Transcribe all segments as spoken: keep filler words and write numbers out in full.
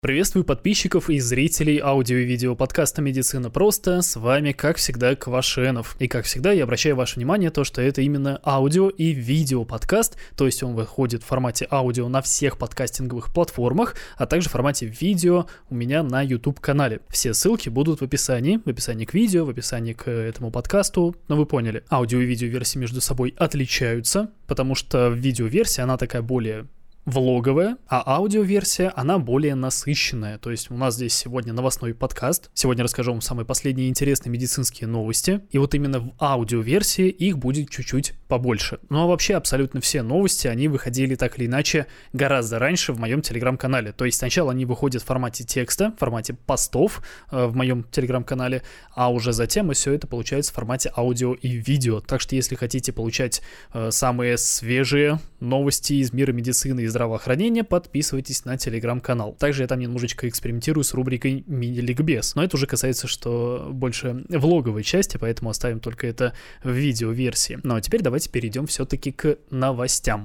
Приветствую подписчиков и зрителей аудио и видео подкаста «Медицина просто». С вами, как всегда, Квашенов. И, как всегда, я обращаю ваше внимание на то, что это именно аудио и видео подкаст, то есть он выходит в формате аудио на всех подкастинговых платформах, а также в формате видео у меня на YouTube-канале. Все ссылки будут в описании, в описании к видео, в описании к этому подкасту, но вы поняли. Аудио и видео-версии между собой отличаются, потому что видео-версия, она такая более влоговая, а аудиоверсия, она более насыщенная. То есть у нас здесь сегодня новостной подкаст. Сегодня расскажу вам самые последние интересные медицинские новости. И вот именно в аудиоверсии их будет чуть-чуть побольше. Ну а вообще абсолютно все новости, они выходили так или иначе гораздо раньше в моем телеграм-канале. То есть сначала они выходят в формате текста, в формате постов э, в моем телеграм-канале, а уже затем и все это получается в формате аудио и видео. Так что если хотите получать э, самые свежие новости из мира медицины и здравоохранения, подписывайтесь на телеграм-канал. Также я там немножечко экспериментирую с рубрикой «Мини-ликбез». Но это уже касается, что больше влоговой части, поэтому оставим только это в видеоверсии. Ну а теперь давайте перейдем все-таки к новостям.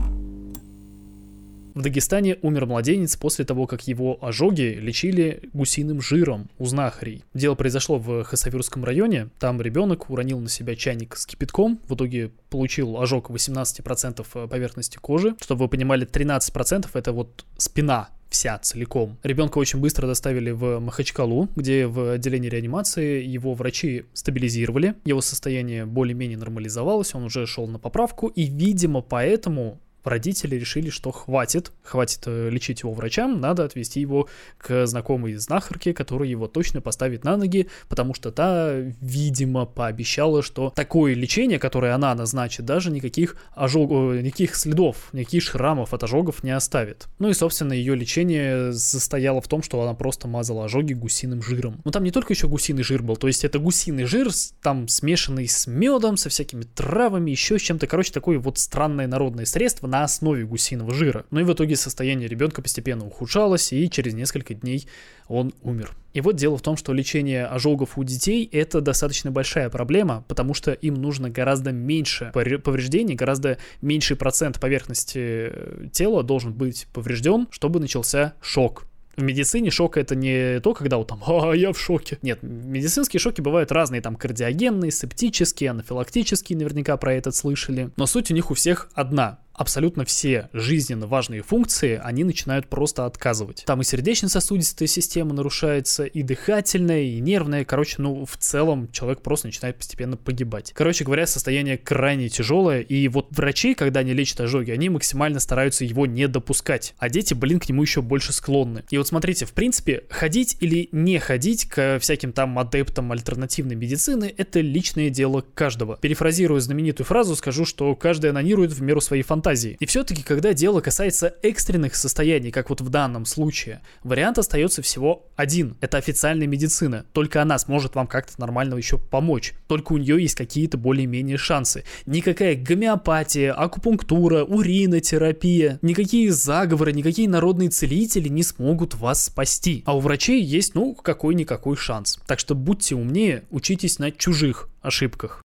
В Дагестане умер младенец после того, как его ожоги лечили гусиным жиром у знахарей. Дело произошло в Хасавюрском районе. Там ребенок уронил на себя чайник с кипятком. В итоге получил ожог восемнадцать процентов поверхности кожи. Чтобы вы понимали, тринадцать процентов это вот спина вся целиком. Ребенка очень быстро доставили в Махачкалу, где в отделении реанимации его врачи стабилизировали. Его состояние более-менее нормализовалось, он уже шел на поправку. И, видимо, поэтому родители решили, что хватит, хватит лечить его врачам, надо отвезти его к знакомой знахарке, которая его точно поставит на ноги, потому что та, видимо, пообещала, что такое лечение, которое она назначит, даже никаких ожогов, никаких следов, никаких шрамов от ожогов не оставит. Ну и, собственно, ее лечение состояло в том, что она просто мазала ожоги гусиным жиром. Но там не только еще гусиный жир был, то есть это гусиный жир, там смешанный с медом, со всякими травами, еще с чем-то, короче, такое вот странное народное средство на основе гусиного жира. Ну и в итоге состояние ребенка постепенно ухудшалось, и через несколько дней он умер. И вот дело в том, что лечение ожогов у детей – это достаточно большая проблема, потому что им нужно гораздо меньше повреждений, гораздо меньший процент поверхности тела должен быть поврежден, чтобы начался шок. В медицине шок это не то, когда вот там «а, я в шоке». Нет, медицинские шоки бывают разные, там кардиогенные, септические, анафилактические, наверняка про это слышали. Но суть у них у всех одна. Абсолютно все жизненно важные функции, они начинают просто отказывать. Там и сердечно-сосудистая система нарушается, и дыхательная, и нервная. Короче, ну, в целом человек просто начинает постепенно погибать. Короче говоря, состояние крайне тяжелое, и вот врачи, когда они лечат ожоги, они максимально стараются его не допускать. А дети, блин, к нему еще больше склонны. И вот смотрите, в принципе, ходить или не ходить к всяким там адептам альтернативной медицины, это личное дело каждого. Перефразируя знаменитую фразу, скажу, что каждый анонирует в меру своей фантазии. И все-таки, когда дело касается экстренных состояний, как вот в данном случае, вариант остается всего один. Это официальная медицина. Только она сможет вам как-то нормально еще помочь. Только у нее есть какие-то более-менее шансы. Никакая гомеопатия, акупунктура, уринотерапия, никакие заговоры, никакие народные целители не смогут вас спасти. А у врачей есть, ну, какой-никакой шанс. Так что будьте умнее, учитесь на чужих ошибках.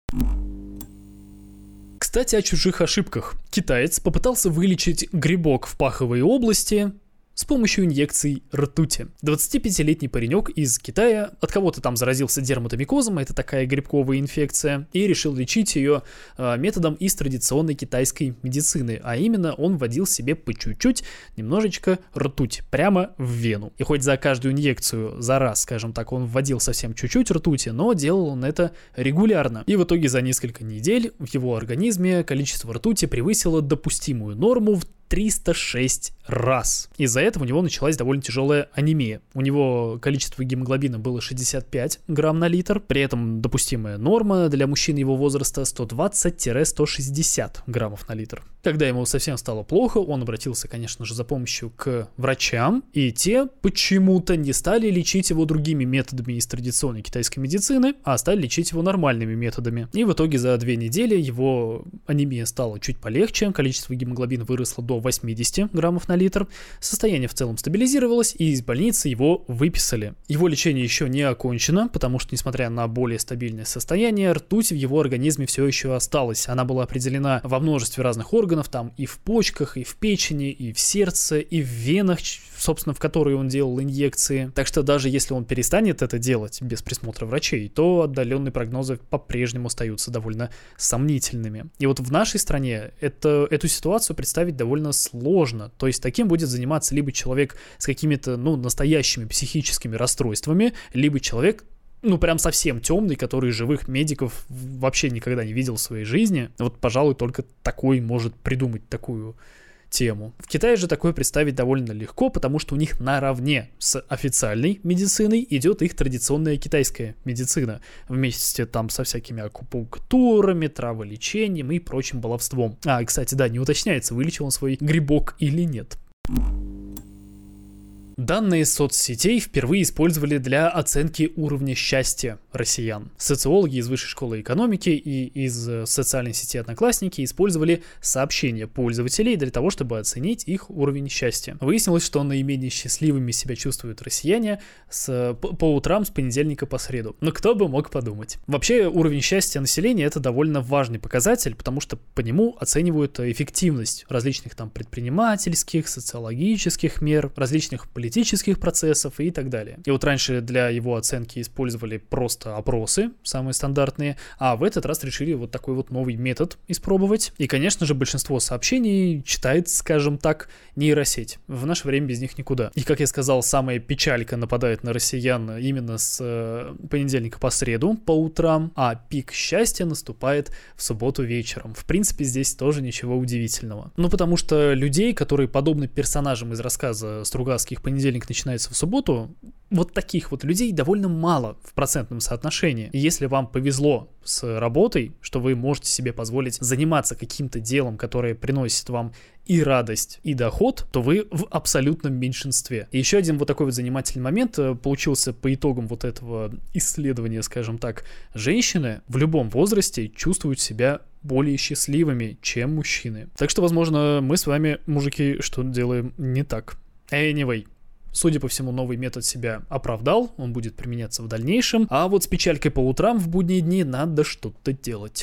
Кстати, о чужих ошибках. Китаец попытался вылечить грибок в паховой области с помощью инъекций ртути. двадцатипятилетний паренек из Китая от кого-то там заразился дерматомикозом, это такая грибковая инфекция, и решил лечить ее э, методом из традиционной китайской медицины, а именно он вводил себе по чуть-чуть немножечко ртуть прямо в вену. И хоть за каждую инъекцию за раз, скажем так, он вводил совсем чуть-чуть ртути, но делал он это регулярно. И в итоге за несколько недель в его организме количество ртути превысило допустимую норму в триста шесть раз. Из-за этого у него началась довольно тяжелая анемия. У него количество гемоглобина было шестьдесят пять грамм на литр, при этом допустимая норма для мужчин его возраста сто двадцать - сто шестьдесят граммов на литр. Когда ему совсем стало плохо, он обратился, конечно же, за помощью к врачам, и те почему-то не стали лечить его другими методами из традиционной китайской медицины, а стали лечить его нормальными методами. И в итоге за две недели его анемия стала чуть полегче, количество гемоглобина выросло до восемьдесят граммов на литр. Состояние в целом стабилизировалось, и из больницы его выписали. Его лечение еще не окончено, потому что, несмотря на более стабильное состояние, ртуть в его организме все еще осталась. Она была определена во множестве разных органов, там и в почках, и в печени, и в сердце, и в венах, собственно, в которые он делал инъекции. Так что даже если он перестанет это делать без присмотра врачей, то отдаленные прогнозы по-прежнему остаются довольно сомнительными. И вот в нашей стране это, эту ситуацию представить довольно сложно. То есть таким будет заниматься либо человек с какими-то, ну, настоящими психическими расстройствами, либо человек, ну, прям совсем темный, который живых медиков вообще никогда не видел в своей жизни. Вот, пожалуй, только такой может придумать такую тему. В Китае же такое представить довольно легко, потому что у них наравне с официальной медициной идет их традиционная китайская медицина, вместе там со всякими акупунктурами, траволечением и прочим баловством. А, кстати, да, не уточняется, вылечил он свой грибок или нет. Данные соцсетей впервые использовали для оценки уровня счастья россиян. Социологи из Высшей школы экономики и из социальной сети Одноклассники использовали сообщения пользователей для того, чтобы оценить их уровень счастья. Выяснилось, что наименее счастливыми себя чувствуют россияне с, по, по утрам с понедельника по среду. Но кто бы мог подумать. Вообще, уровень счастья населения — это довольно важный показатель, потому что по нему оценивают эффективность различных там предпринимательских, социологических мер, различных политических политических процессов и так далее. И вот раньше для его оценки использовали просто опросы, самые стандартные, а в этот раз решили вот такой вот новый метод испробовать. И, конечно же, большинство сообщений читает, скажем так, нейросеть. В наше время без них никуда. И, как я сказал, самая печалька нападает на россиян именно с э, понедельника по среду по утрам, а пик счастья наступает в субботу вечером. В принципе, здесь тоже ничего удивительного. Ну, потому что людей, которые подобны персонажам из рассказа Стругацких «Понедельник начинается в субботу», вот таких вот людей довольно мало в процентном соотношении. И если вам повезло с работой, что вы можете себе позволить заниматься каким-то делом, которое приносит вам и радость, и доход, то вы в абсолютном меньшинстве. И еще один вот такой вот занимательный момент получился по итогам вот этого исследования, скажем так. Женщины в любом возрасте чувствуют себя более счастливыми, чем мужчины. Так что, возможно, мы с вами, мужики, что делаем не так. Anyway. Судя по всему, новый метод себя оправдал, он будет применяться в дальнейшем, а вот с печалькой по утрам в будние дни надо что-то делать.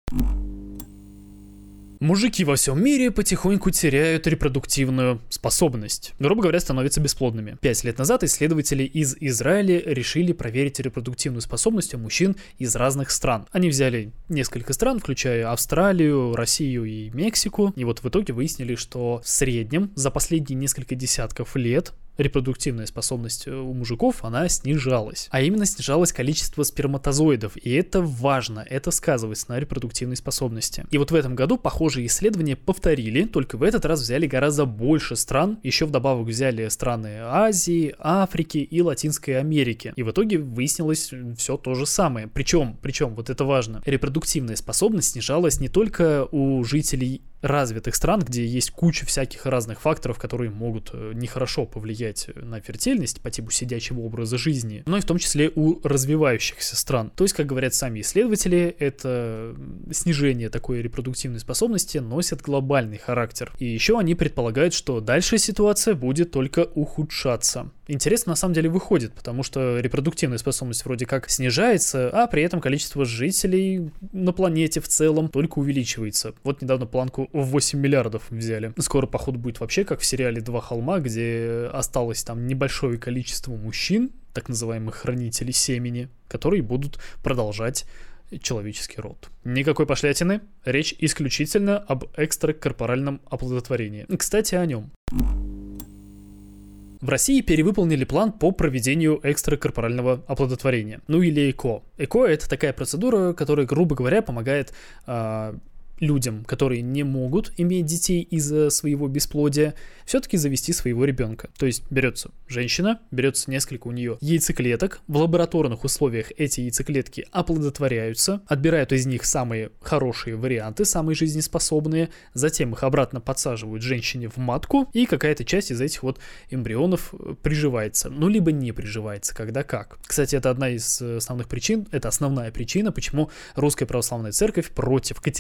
Мужики во всем мире потихоньку теряют репродуктивную способность. Грубо говоря, становятся бесплодными. Пять лет назад исследователи из Израиля решили проверить репродуктивную способность у мужчин из разных стран. Они взяли несколько стран, включая Австралию, Россию и Мексику. И вот в итоге выяснили, что в среднем за последние несколько десятков лет репродуктивная способность у мужиков, она снижалась. А именно снижалось количество сперматозоидов. И это важно, это сказывается на репродуктивной способности. И вот в этом году похожие исследования повторили, только в этот раз взяли гораздо больше стран. Еще вдобавок взяли страны Азии, Африки и Латинской Америки. И в итоге выяснилось все то же самое. Причем, причем, вот это важно, репродуктивная способность снижалась не только у жителей развитых стран, где есть куча всяких разных факторов, которые могут нехорошо повлиять на фертильность по типу сидячего образа жизни, но и в том числе у развивающихся стран. То есть, как говорят сами исследователи, это снижение такой репродуктивной способности носит глобальный характер. И еще они предполагают, что дальше ситуация будет только ухудшаться. Интересно на самом деле выходит, потому что репродуктивная способность вроде как снижается, а при этом количество жителей на планете в целом только увеличивается. Вот недавно планку в восемь миллиардов взяли. Скоро, походу, будет вообще как в сериале «Два холма», где осталось там небольшое количество мужчин, так называемых хранителей семени, которые будут продолжать человеческий род. Никакой пошлятины, речь исключительно об экстракорпоральном оплодотворении. Кстати, о нем. В России перевыполнили план по проведению экстракорпорального оплодотворения, ну или ЭКО. ЭКО — это такая процедура, которая, грубо говоря, помогает э, людям, которые не могут иметь детей из-за своего бесплодия, все-таки завести своего ребенка. То есть берется женщина, берется несколько у нее яйцеклеток, в лабораторных условиях эти яйцеклетки оплодотворяются, отбирают из них самые хорошие варианты, самые жизнеспособные, затем их обратно подсаживают женщине в матку, и какая-то часть из этих вот эмбрионов приживается, ну либо не приживается, когда как. Кстати, это одна из основных причин, это основная причина, почему Русская Православная Церковь против, категорически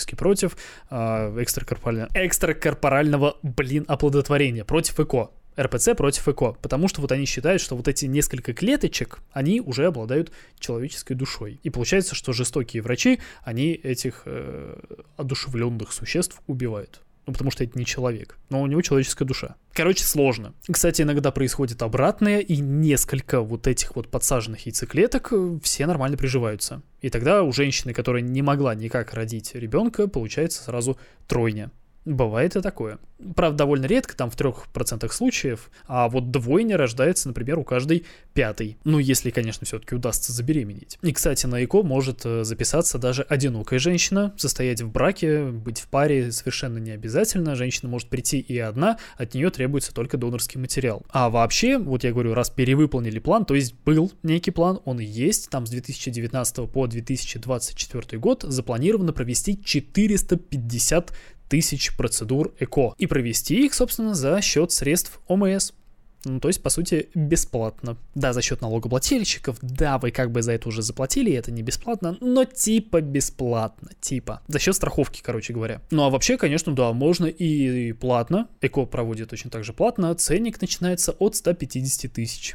категорически против э, экстракорпорального, экстракорпорального, блин, оплодотворения, против ЭКО. РПЦ против ЭКО, потому что вот они считают, что вот эти несколько клеточек, они уже обладают человеческой душой. И получается, что жестокие врачи, они этих э, одушевленных существ убивают. Ну, потому что это не человек, но у него человеческая душа. Короче, сложно. Кстати, иногда происходит обратное, и несколько вот этих вот подсаженных яйцеклеток все нормально приживаются. И тогда у женщины, которая не могла никак родить ребенка, получается сразу тройня. Бывает и такое. Правда, довольно редко, там в трех процентах случаев, а вот двойня рождается, например, у каждой пятой. Ну, если, конечно, все-таки удастся забеременеть. И, кстати, на ЭКО может записаться даже одинокая женщина, состоять в браке, быть в паре совершенно не обязательно. Женщина может прийти и одна, от нее требуется только донорский материал. А вообще, вот я говорю, раз перевыполнили план, то есть был некий план, он и есть, там с две тысячи девятнадцатого по две тысячи двадцать четвёртый год запланировано провести четыреста пятьдесят тысяч процедур ЭКО и провести их, собственно, за счет средств ОМС. Ну, то есть, по сути, бесплатно. Да, за счет налогоплательщиков, да, вы как бы за это уже заплатили, это не бесплатно, но типа бесплатно, типа. За счет страховки, короче говоря. Ну, а вообще, конечно, да, можно и платно. ЭКО проводит точно так же платно. Ценник начинается от ста пятидесяти тысяч.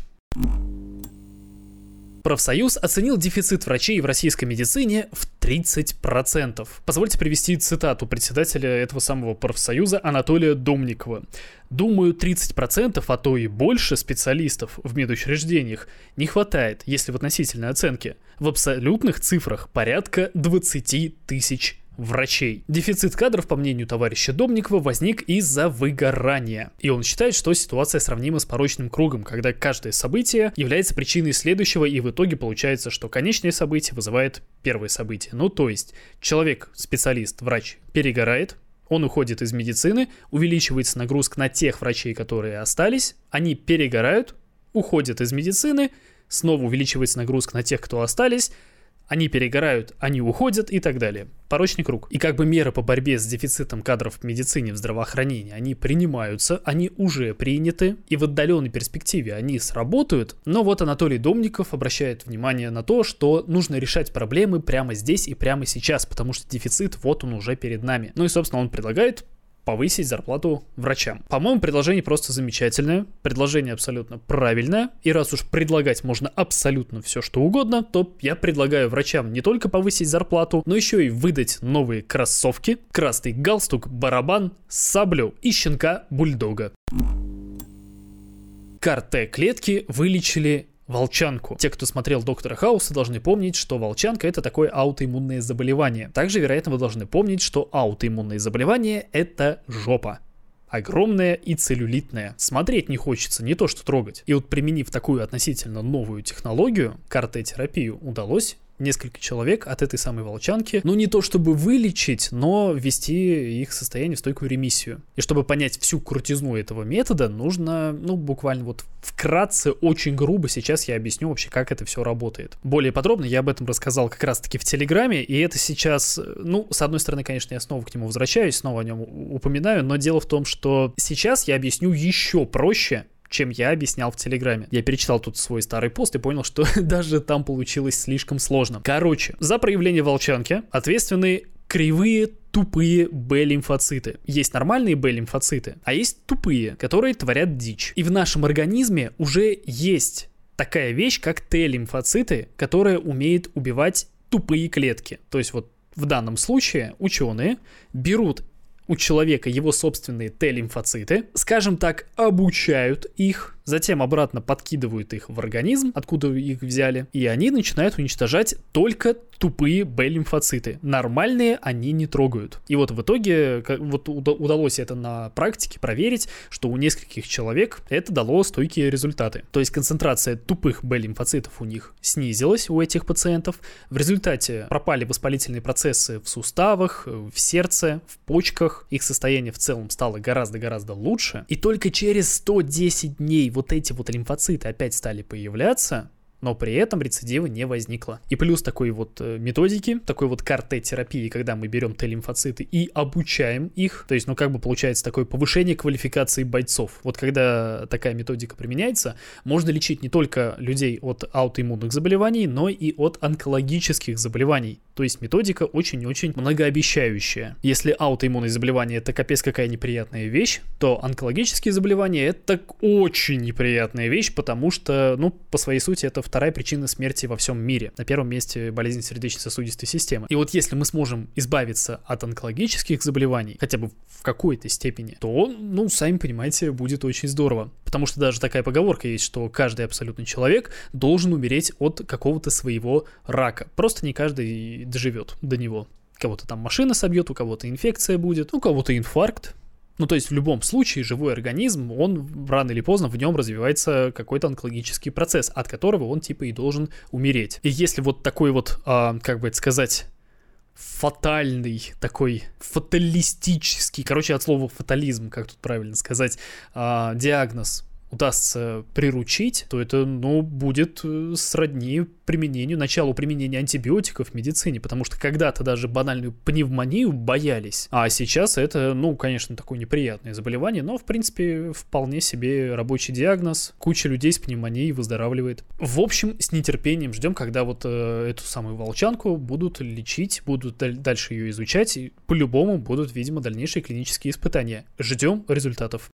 Профсоюз оценил дефицит врачей в российской медицине в тридцать процентов. Позвольте привести цитату председателя этого самого профсоюза Анатолия Домникова. «Думаю, тридцать процентов, а то и больше специалистов в медучреждениях не хватает, если в относительной оценке. В абсолютных цифрах порядка двадцати тысяч врачей». Дефицит кадров, по мнению товарища Домникова, возник из-за выгорания. И он считает, что ситуация сравнима с порочным кругом, когда каждое событие является причиной следующего, и в итоге получается, что конечное событие вызывает первое событие. Ну, то есть, человек, специалист, врач, перегорает, он уходит из медицины, увеличивается нагрузка на тех врачей, которые остались, они перегорают, уходят из медицины, снова увеличивается нагрузка на тех, кто остались, они перегорают, они уходят и так далее. Порочный круг. И как бы меры по борьбе с дефицитом кадров в медицине, в здравоохранении, они принимаются, они уже приняты, и в отдаленной перспективе они сработают. Но вот Анатолий Домников обращает внимание на то, что нужно решать проблемы прямо здесь и прямо сейчас, потому что дефицит вот он уже перед нами. Ну и, собственно, он предлагает повысить зарплату врачам. По-моему, предложение просто замечательное, предложение абсолютно правильное, и раз уж предлагать можно абсолютно все, что угодно, то я предлагаю врачам не только повысить зарплату, но еще и выдать новые кроссовки, красный галстук, барабан, саблю и щенка-бульдога. КАР-Т-клетки вылечили волчанку. Те, кто смотрел Доктора Хауса, должны помнить, что волчанка — это такое аутоиммунное заболевание. Также, вероятно, вы должны помнить, что аутоиммунное заболевание — это жопа. Огромная и целлюлитная. Смотреть не хочется, не то что трогать. И вот применив такую относительно новую технологию, КАР-Т-терапию, удалось несколько человек от этой самой волчанки, ну не то чтобы вылечить, но ввести их состояние в стойкую ремиссию. И чтобы понять всю крутизну этого метода, нужно, ну буквально вот вкратце, очень грубо сейчас я объясню вообще, как это все работает. Более подробно я об этом рассказал как раз-таки в Телеграме, и это сейчас, ну, с одной стороны, конечно, я снова к нему возвращаюсь, снова о нем упоминаю, но дело в том, что сейчас я объясню еще проще, чем я объяснял в Телеграме. Я перечитал тут свой старый пост и понял, что даже там получилось слишком сложно. Короче, за проявление волчанки ответственны кривые, тупые Б-лимфоциты. Есть нормальные Б-лимфоциты, а есть тупые, которые творят дичь. И в нашем организме уже есть такая вещь, как Т-лимфоциты, которая умеет убивать тупые клетки. То есть вот в данном случае ученые берут у человека его собственные Т-лимфоциты, скажем так, обучают их, затем обратно подкидывают их в организм, откуда их взяли, и они начинают уничтожать только тупые Б-лимфоциты. Нормальные они не трогают. И вот в итоге вот удалось это на практике проверить, что у нескольких человек это дало стойкие результаты. То есть концентрация тупых Б-лимфоцитов у них снизилась, у этих пациентов. В результате пропали воспалительные процессы в суставах, в сердце, в почках. Их состояние в целом стало гораздо-гораздо лучше. И только через сто десять дней вот эти вот лимфоциты опять стали появляться, но при этом рецидива не возникло. И плюс такой вот методики, такой вот КАР-Т-терапии, когда мы берем Т-лимфоциты и обучаем их, то есть, ну, как бы получается такое повышение квалификации бойцов. Вот когда такая методика применяется, можно лечить не только людей от аутоиммунных заболеваний, но и от онкологических заболеваний. То есть методика очень-очень многообещающая. Если аутоиммунные заболевания — это капец какая неприятная вещь, то онкологические заболевания — это очень неприятная вещь, потому что, ну, по своей сути, это вторая причина смерти во всем мире. На первом месте болезнь сердечно-сосудистой системы. И вот если мы сможем избавиться от онкологических заболеваний, хотя бы в какой-то степени, то, ну, сами понимаете, будет очень здорово. Потому что даже такая поговорка есть, что каждый абсолютный человек должен умереть от какого-то своего рака. Просто не каждый доживет до него. Кого-то там машина собьет, у кого-то инфекция будет, у кого-то инфаркт. Ну, то есть в любом случае живой организм, он рано или поздно в нем развивается какой-то онкологический процесс, от которого он типа и должен умереть. И если вот такой вот, а, как бы это сказать, фатальный, такой фаталистический, короче, от слова фатализм, как тут правильно сказать, а, диагноз удастся приручить, то это, ну, будет сродни применению, началу применения антибиотиков в медицине, потому что когда-то даже банальную пневмонию боялись, а сейчас это, ну, конечно, такое неприятное заболевание, но, в принципе, вполне себе рабочий диагноз, куча людей с пневмонией выздоравливает. В общем, с нетерпением ждем, когда вот э, эту самую волчанку будут лечить, будут даль- дальше ее изучать, и по-любому будут, видимо, дальнейшие клинические испытания. Ждем результатов.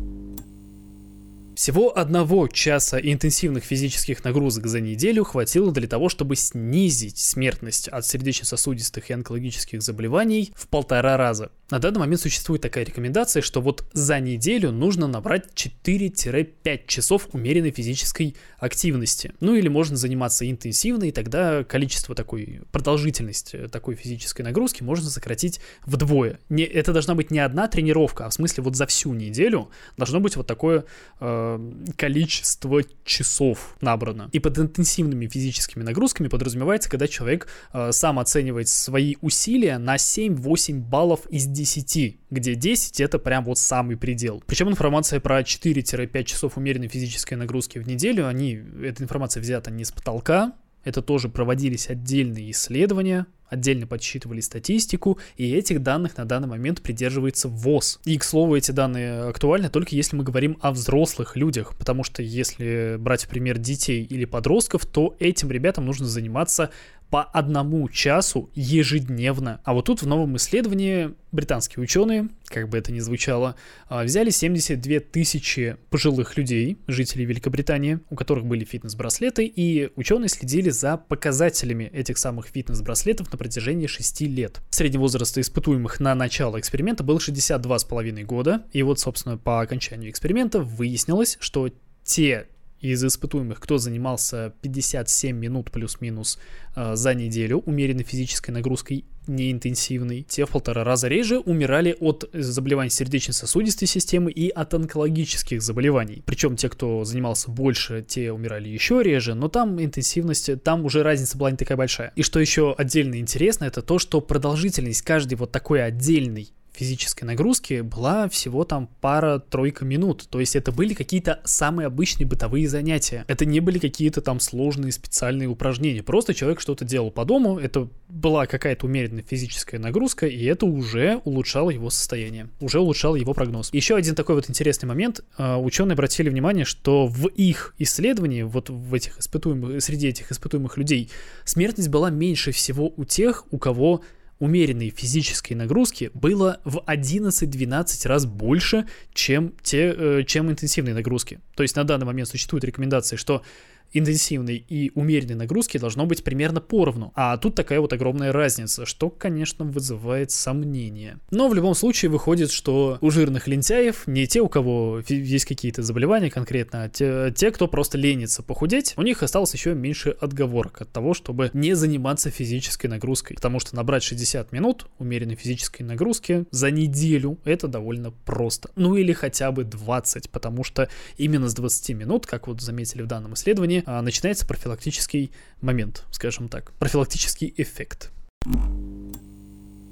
Всего одного часа интенсивных физических нагрузок за неделю хватило для того, чтобы снизить смертность от сердечно-сосудистых и онкологических заболеваний в полтора раза. На данный момент существует такая рекомендация, что вот за неделю нужно набрать четыре-пять часов умеренной физической активности. Ну или можно заниматься интенсивно, и тогда количество такой, продолжительность такой физической нагрузки можно сократить вдвое. Не, это должна быть не одна тренировка, а в смысле вот за всю неделю должно быть вот такое э, количество часов набрано. И под интенсивными физическими нагрузками подразумевается, когда человек э, сам оценивает свои усилия на семь-восемь баллов из десяти, где десять это прям вот самый предел. Причем информация про четыре-пять часов умеренной физической нагрузки в неделю, они, эта информация взята не с потолка, это тоже проводились отдельные исследования, отдельно подсчитывали статистику, и этих данных на данный момент придерживается ВОЗ. И, к слову, эти данные актуальны только если мы говорим о взрослых людях, потому что если брать в пример детей или подростков, то этим ребятам нужно заниматься по одному часу ежедневно. А вот тут в новом исследовании британские ученые, как бы это ни звучало, взяли семьдесят две тысячи пожилых людей, жителей Великобритании, у которых были фитнес-браслеты, и ученые следили за показателями этих самых фитнес-браслетов на протяжении шести лет. Средний возраст испытуемых на начало эксперимента был шестьдесят два с половиной года, и вот, собственно, по окончанию эксперимента выяснилось, что те из испытуемых, кто занимался пятьдесят семь минут плюс-минус э, за неделю умеренной физической нагрузкой, неинтенсивной, те в полтора раза реже умирали от заболеваний сердечно-сосудистой системы и от онкологических заболеваний. Причем те, кто занимался больше, те умирали еще реже, но там интенсивность, там уже разница была не такая большая. И что еще отдельно интересно, это то, что продолжительность каждой вот такой отдельной физической нагрузки была всего там пара-тройка минут. То есть это были какие-то самые обычные бытовые занятия. Это не были какие-то там сложные специальные упражнения. Просто человек что-то делал по дому, это была какая-то умеренная физическая нагрузка, и это уже улучшало его состояние, уже улучшало его прогноз. Еще один такой вот интересный момент. Ученые обратили внимание, что в их исследовании, вот в этих испытуемых, среди этих испытуемых людей, смертность была меньше всего у тех, у кого умеренной физической нагрузки было в одиннадцать-двенадцать раз больше, чем, те, чем интенсивные нагрузки. То есть на данный момент существует рекомендация, что интенсивной и умеренной нагрузки должно быть примерно поровну. А тут такая вот огромная разница, что, конечно, вызывает сомнения. Но в любом случае выходит, что у жирных лентяев не те, у кого есть какие-то заболевания конкретно, а те, те, кто просто ленится похудеть, у них осталось еще меньше отговорок от того, чтобы не заниматься физической нагрузкой. Потому что набрать шестьдесят минут умеренной физической нагрузки за неделю — это довольно просто. Ну или хотя бы двадцать, потому что именно с двадцати минут, как вот заметили в данном исследовании, начинается профилактический момент, скажем так, профилактический эффект.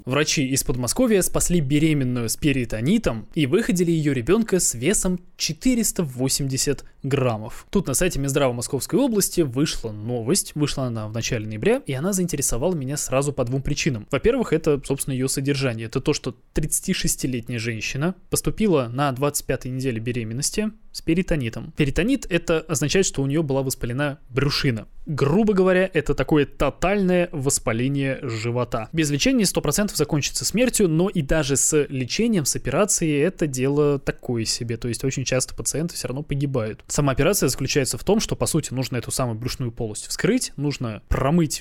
Врачи из Подмосковья спасли беременную с перитонитом и выходили ее ребенка с весом четыреста восемьдесят граммов. Тут на сайте Минздрава Московской области вышла новость, вышла она в начале ноября, и она заинтересовала меня сразу по двум причинам. Во-первых, это, собственно, ее содержание. Это то, что тридцатишестилетняя женщина поступила на двадцать пятой неделе беременности с перитонитом. Перитонит — это означает, что у нее была воспалена брюшина. Грубо говоря, это такое тотальное воспаление живота. Без лечения сто процентов закончится смертью, но и даже с лечением, с операцией это дело такое себе. То есть очень часто пациенты все равно погибают. Сама операция заключается в том, что, по сути, нужно эту самую брюшную полость вскрыть, нужно промыть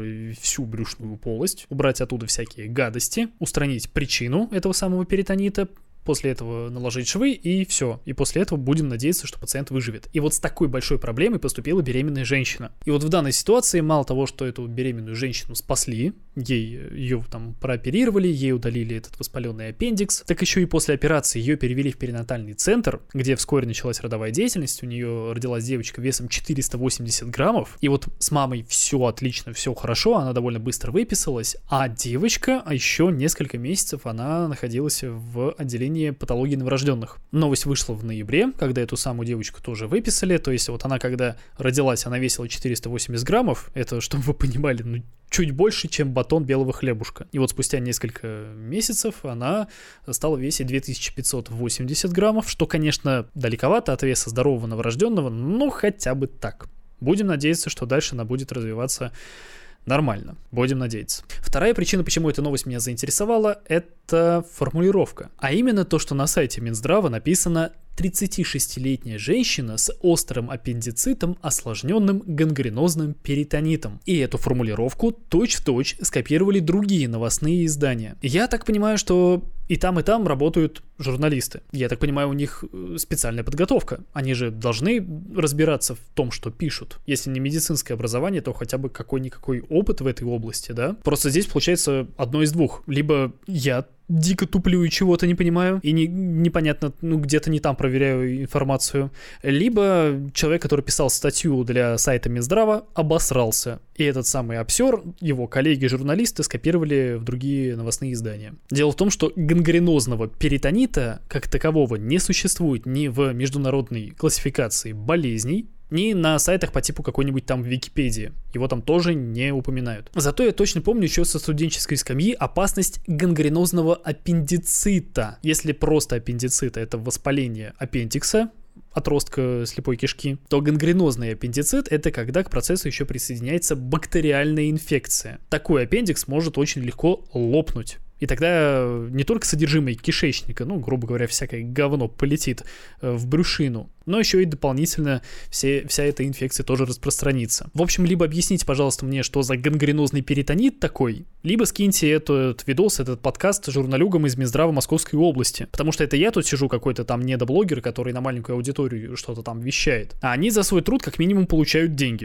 всю брюшную полость, убрать оттуда всякие гадости, устранить причину этого самого перитонита, после этого наложить швы, и все. И после этого будем надеяться, что пациент выживет. И вот с такой большой проблемой поступила беременная женщина. И вот в данной ситуации мало того, что эту беременную женщину спасли, ей ее там прооперировали, ей удалили этот воспаленный аппендикс, так еще и после операции ее перевели в перинатальный центр, где вскоре началась родовая деятельность, у нее родилась девочка весом четыреста восемьдесят граммов, и вот с мамой все отлично, все хорошо, она довольно быстро выписалась, а девочка, а еще несколько месяцев она находилась в отделении патологии новорожденных. Новость вышла в ноябре, когда эту самую девочку тоже выписали, то есть вот она, когда родилась, она весила четыреста восемьдесят граммов, это, чтобы вы понимали, ну, чуть больше, чем батон белого хлебушка. И вот спустя несколько месяцев она стала весить две тысячи пятьсот восемьдесят граммов, что, конечно, далековато от веса здорового новорожденного, но хотя бы так. Будем надеяться, что дальше она будет развиваться нормально. Будем надеяться. Вторая причина, почему эта новость меня заинтересовала, это формулировка. А именно то, что на сайте Минздрава написано тридцатишестилетняя женщина с острым аппендицитом, осложненным гангренозным перитонитом. И эту формулировку точь-в-точь скопировали другие новостные издания. Я так понимаю, что и там, и там работают журналисты. Я так понимаю, у них специальная подготовка. Они же должны разбираться в том, что пишут. Если не медицинское образование, то хотя бы какой-никакой опыт в этой области, да? Просто здесь получается одно из двух. Либо я дико туплю и чего-то не понимаю, и не, непонятно, ну, где-то не там проверяю информацию, либо человек, который писал статью для сайта Минздрава, обосрался, и этот самый обсер, его коллеги-журналисты скопировали в другие новостные издания. Дело в том, что гангренозного перитонита как такового не существует ни в международной классификации болезней, ни на сайтах по типу какой-нибудь там Википедии. Его там тоже не упоминают. Зато я точно помню еще со студенческой скамьи опасность гангренозного аппендицита. Если просто аппендицит — это воспаление аппендикса, отростка слепой кишки, то гангренозный аппендицит — это когда к процессу еще присоединяется бактериальная инфекция. Такой аппендикс может очень легко лопнуть. И тогда не только содержимое кишечника, ну, грубо говоря, всякое говно полетит в брюшину, но еще и дополнительно все, вся эта инфекция тоже распространится. В общем, либо объясните, пожалуйста, мне, что за гангренозный перитонит такой, либо скиньте этот видос, этот подкаст журналюгам из Минздрава Московской области. Потому что это я тут сижу какой-то там недоблогер, который на маленькую аудиторию что-то там вещает. А они за свой труд как минимум получают деньги.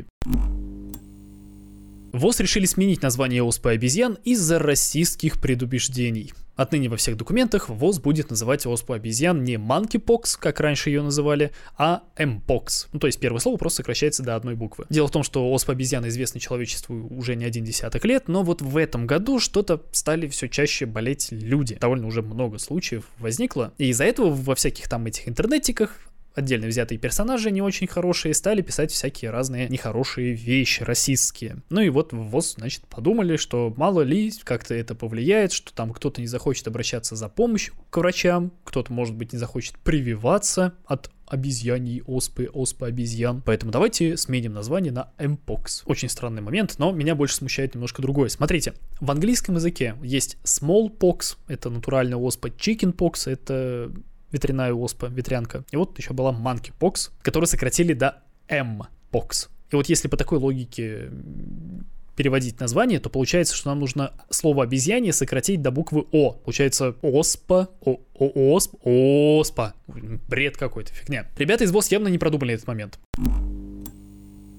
ВОЗ решили сменить название оспы обезьян из-за расистских предубеждений. Отныне во всех документах ВОЗ будет называть оспу обезьян не monkeypox, как раньше ее называли, а mpox. Ну, то есть первое слово просто сокращается до одной буквы. Дело в том, что оспа обезьян известна человечеству уже не один десяток лет, но вот в этом году что-то стали все чаще болеть люди. Довольно уже много случаев возникло. И из-за этого во всяких там этих интернетиках отдельно взятые персонажи не очень хорошие стали писать всякие разные нехорошие вещи, расистские. Ну и вот в ВОЗ, значит, подумали, что мало ли как-то это повлияет, что там кто-то не захочет обращаться за помощью к врачам, кто-то, может быть, не захочет прививаться от обезьяньей оспы, оспы обезьян. Поэтому давайте сменим название на mpox. Очень странный момент, но меня больше смущает немножко другое. Смотрите, в английском языке есть smallpox, это натуральная оспа, chickenpox, это ветряная оспа, ветрянка. И вот еще была monkeypox, которую сократили до mpox. И вот если по такой логике переводить название, то получается, что нам нужно слово обезьянье сократить до буквы О. Получается оспа, о, о, осп, оспа. Бред какой-то, фигня. Ребята из ВОЗ явно не продумали этот момент.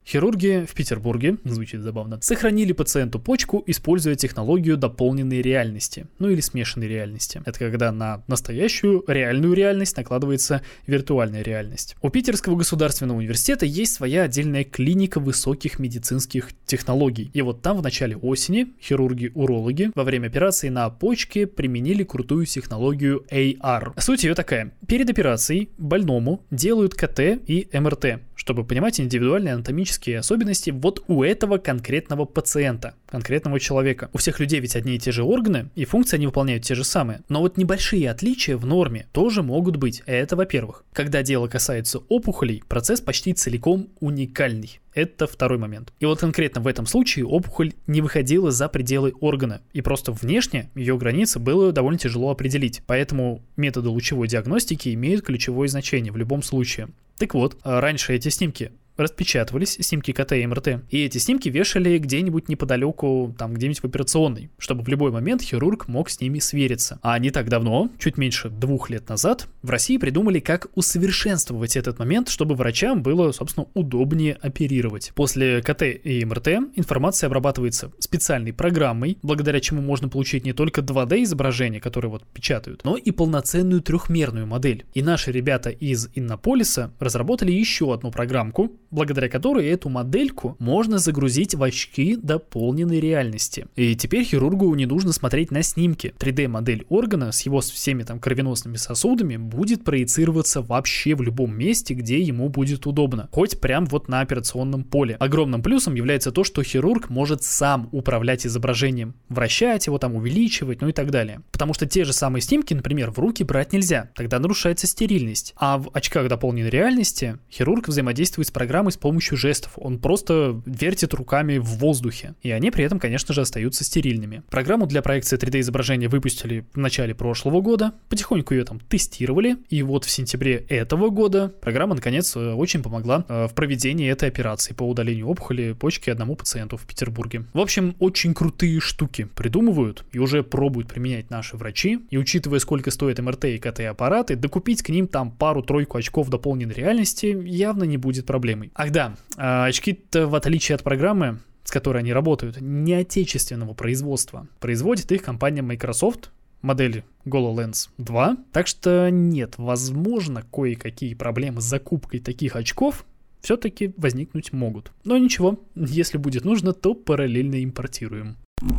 Хирурги в Петербурге, звучит забавно, сохранили пациенту почку, используя технологию дополненной реальности, ну или смешанной реальности. Это когда на настоящую реальную реальность накладывается виртуальная реальность. У Питерского государственного университета есть своя отдельная клиника высоких медицинских технологий. И вот там в начале осени хирурги-урологи во время операции на почке применили крутую технологию эй ар. Суть ее такая. Перед операцией больному делают ка тэ и эм эр тэ, чтобы понимать индивидуальные анатомические особенности вот у этого конкретного пациента, конкретного человека. У всех людей ведь одни и те же органы, и функции они выполняют те же самые. Но вот небольшие отличия в норме тоже могут быть. Это во-первых. Когда дело касается опухолей, процесс почти целиком уникальный. Это второй момент. И вот конкретно в этом случае опухоль не выходила за пределы органа, и просто внешне ее границы было довольно тяжело определить. Поэтому методы лучевой диагностики имеют ключевое значение в любом случае. Так вот, раньше эти снимки распечатывались, снимки ка тэ и эм эр тэ, и эти снимки вешали где-нибудь неподалеку, там где-нибудь в операционной, чтобы в любой момент хирург мог с ними свериться. А не так давно, чуть меньше двух лет назад, в России придумали, как усовершенствовать этот момент, чтобы врачам было, собственно, удобнее оперировать. После ка тэ и эм эр тэ информация обрабатывается специальной программой, благодаря чему можно получить не только два дэ изображение, которое вот печатают, но и полноценную трехмерную модель. И наши ребята из Иннополиса разработали еще одну программку, благодаря которой эту модельку можно загрузить в очки дополненной реальности. И теперь хирургу не нужно смотреть на снимки. три дэ-модель органа с его всеми там кровеносными сосудами будет проецироваться вообще в любом месте, где ему будет удобно. Хоть прям вот на операционном поле. Огромным плюсом является то, что хирург может сам управлять изображением. Вращать его, там увеличивать, ну и так далее. Потому что те же самые снимки, например, в руки брать нельзя. Тогда нарушается стерильность. А в очках дополненной реальности хирург взаимодействует с программой с помощью жестов. Он просто вертит руками в воздухе. И они при этом, конечно же, остаются стерильными. Программу для проекции три дэ-изображения выпустили в начале прошлого года. Потихоньку ее там тестировали. И вот в сентябре этого года программа, наконец, очень помогла в проведении этой операции по удалению опухоли почки одному пациенту в Петербурге. В общем, очень крутые штуки придумывают и уже пробуют применять наши врачи. И учитывая, сколько стоит эм эр тэ и ка тэ-аппараты, докупить к ним там пару-тройку очков дополненной реальности явно не будет проблемой. Ах да, очки-то, в отличие от программы, с которой они работают, не отечественного производства. Производит их компания Microsoft, модели HoloLens два. Так что нет, возможно, кое-какие проблемы с закупкой таких очков все-таки возникнуть могут. Но ничего, если будет нужно, то параллельно импортируем.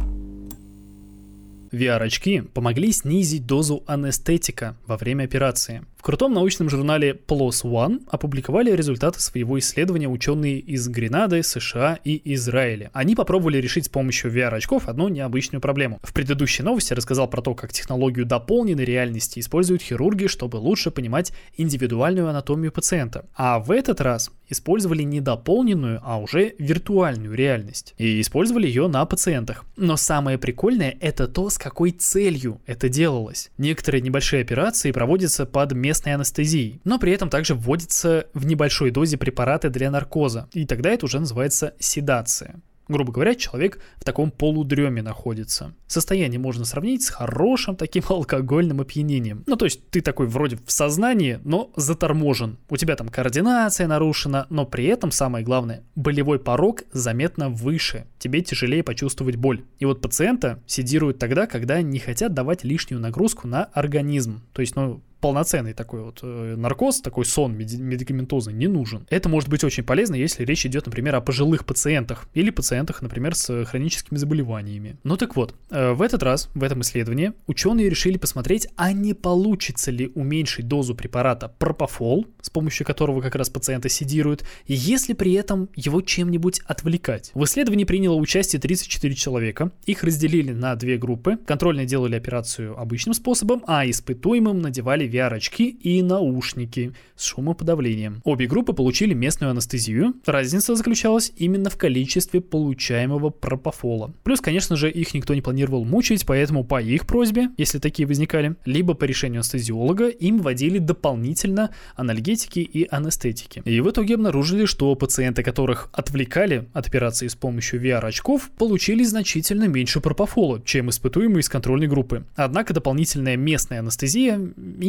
ви ар-очки помогли снизить дозу анестетика во время операции. В крутом научном журнале пи эл о эс один опубликовали результаты своего исследования ученые из Гренады, США и Израиля. Они попробовали решить с помощью ви ар-очков одну необычную проблему. В предыдущей новости рассказал про то, как технологию дополненной реальности используют хирурги, чтобы лучше понимать индивидуальную анатомию пациента. А в этот раз использовали не дополненную, а уже виртуальную реальность. И использовали ее на пациентах. Но самое прикольное — это то, с какой целью это делалось. Некоторые небольшие операции проводятся под местной анестезией, но при этом также вводятся в небольшой дозе препараты для наркоза. И тогда это уже называется седация. Грубо говоря, человек в таком полудреме находится. Состояние можно сравнить с хорошим таким алкогольным опьянением. Ну, то есть ты такой вроде в сознании, но заторможен. У тебя там координация нарушена, но при этом, самое главное, болевой порог заметно выше. Тебе тяжелее почувствовать боль. И вот пациента седируют тогда, когда не хотят давать лишнюю нагрузку на организм. То есть, ну, полноценный такой вот э, наркоз, такой сон медикаментозный не нужен. Это может быть очень полезно, если речь идет, например, о пожилых пациентах или пациентах, например, с хроническими заболеваниями. Ну так вот, э, в этот раз, в этом исследовании, ученые решили посмотреть, а не получится ли уменьшить дозу препарата пропофол, с помощью которого как раз пациента седируют, если при этом его чем-нибудь отвлекать. В исследовании приняло участие тридцать четыре человека. Их разделили на две группы. Контрольные делали операцию обычным способом, а испытуемым надевали ви ар-очки и наушники с шумоподавлением. Обе группы получили местную анестезию. Разница заключалась именно в количестве получаемого пропофола. Плюс, конечно же, их никто не планировал мучить, поэтому по их просьбе, если такие возникали, либо по решению анестезиолога, им вводили дополнительно анальгетики и анестетики. И в итоге обнаружили, что пациенты, которых отвлекали от операции с помощью ви ар-очков, получили значительно меньше пропофола, чем испытуемые из контрольной группы. Однако дополнительная местная анестезия им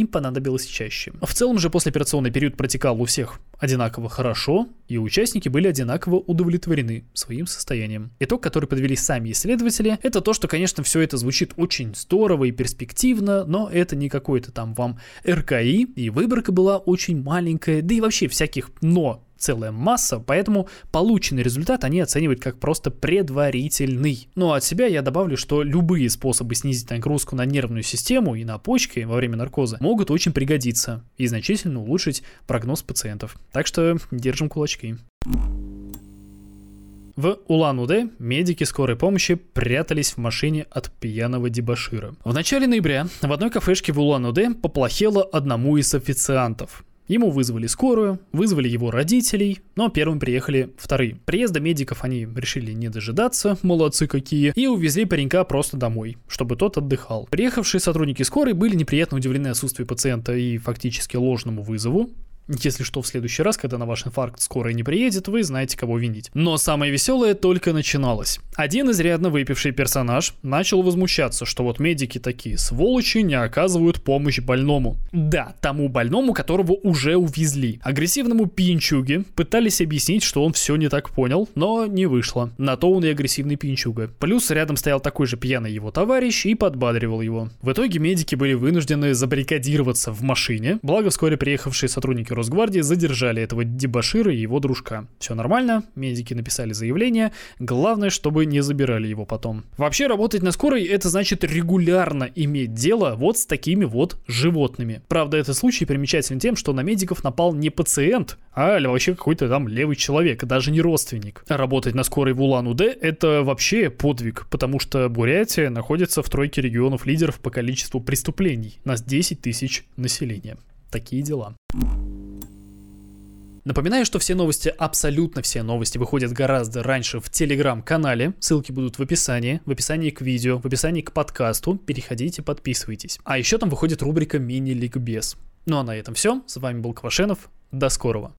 им понадобилось чаще. В целом же послеоперационный период протекал у всех одинаково хорошо, и участники были одинаково удовлетворены своим состоянием. Итог, который подвели сами исследователи, это то, что, конечно, все это звучит очень здорово и перспективно, но это не какой-то там вам эр ка и, и выборка была очень маленькая, да и вообще всяких «но» целая масса, поэтому полученный результат они оценивают как просто предварительный. Ну а от себя я добавлю, что любые способы снизить нагрузку на нервную систему и на почки во время наркоза могут очень пригодиться и значительно улучшить прогноз пациентов. Так что держим кулачки. В Улан-Удэ медики скорой помощи прятались в машине от пьяного дебошира. В начале ноября в одной кафешке в Улан-Удэ поплохело одному из официантов. Ему вызвали скорую, вызвали его родителей, но первым приехали вторые. Приезда медиков они решили не дожидаться, молодцы какие, и увезли паренька просто домой, чтобы тот отдыхал. Приехавшие сотрудники скорой были неприятно удивлены отсутствию пациента и фактически ложному вызову. Если что, в следующий раз, когда на ваш инфаркт скорая не приедет, вы знаете, кого винить. Но самое веселое только начиналось. Один изрядно выпивший персонаж начал возмущаться, что вот медики такие сволочи не оказывают помощь больному. Да, тому больному, которого уже увезли. Агрессивному пьянчуге пытались объяснить, что он все не так понял, но не вышло. На то он и агрессивный пьянчуга. Плюс рядом стоял такой же пьяный его товарищ и подбадривал его. В итоге медики были вынуждены забаррикадироваться в машине, благо вскоре приехавшие сотрудники Росгвардии задержали этого дебошира и его дружка. Все нормально, медики написали заявление, главное, чтобы не забирали его потом. Вообще, работать на скорой — это значит регулярно иметь дело вот с такими вот животными. Правда, этот случай примечателен тем, что на медиков напал не пациент, а вообще какой-то там левый человек, даже не родственник. Работать на скорой в Улан-Удэ — это вообще подвиг, потому что Бурятия находится в тройке регионов лидеров по количеству преступлений на десять тысяч населения. Такие дела. Напоминаю, что все новости, абсолютно все новости выходят гораздо раньше в Телеграм-канале. Ссылки будут в описании, в описании к видео, в описании к подкасту. Переходите, подписывайтесь. А еще там выходит рубрика «Мини-ликбез». Ну а на этом все. С вами был Квашенов. До скорого.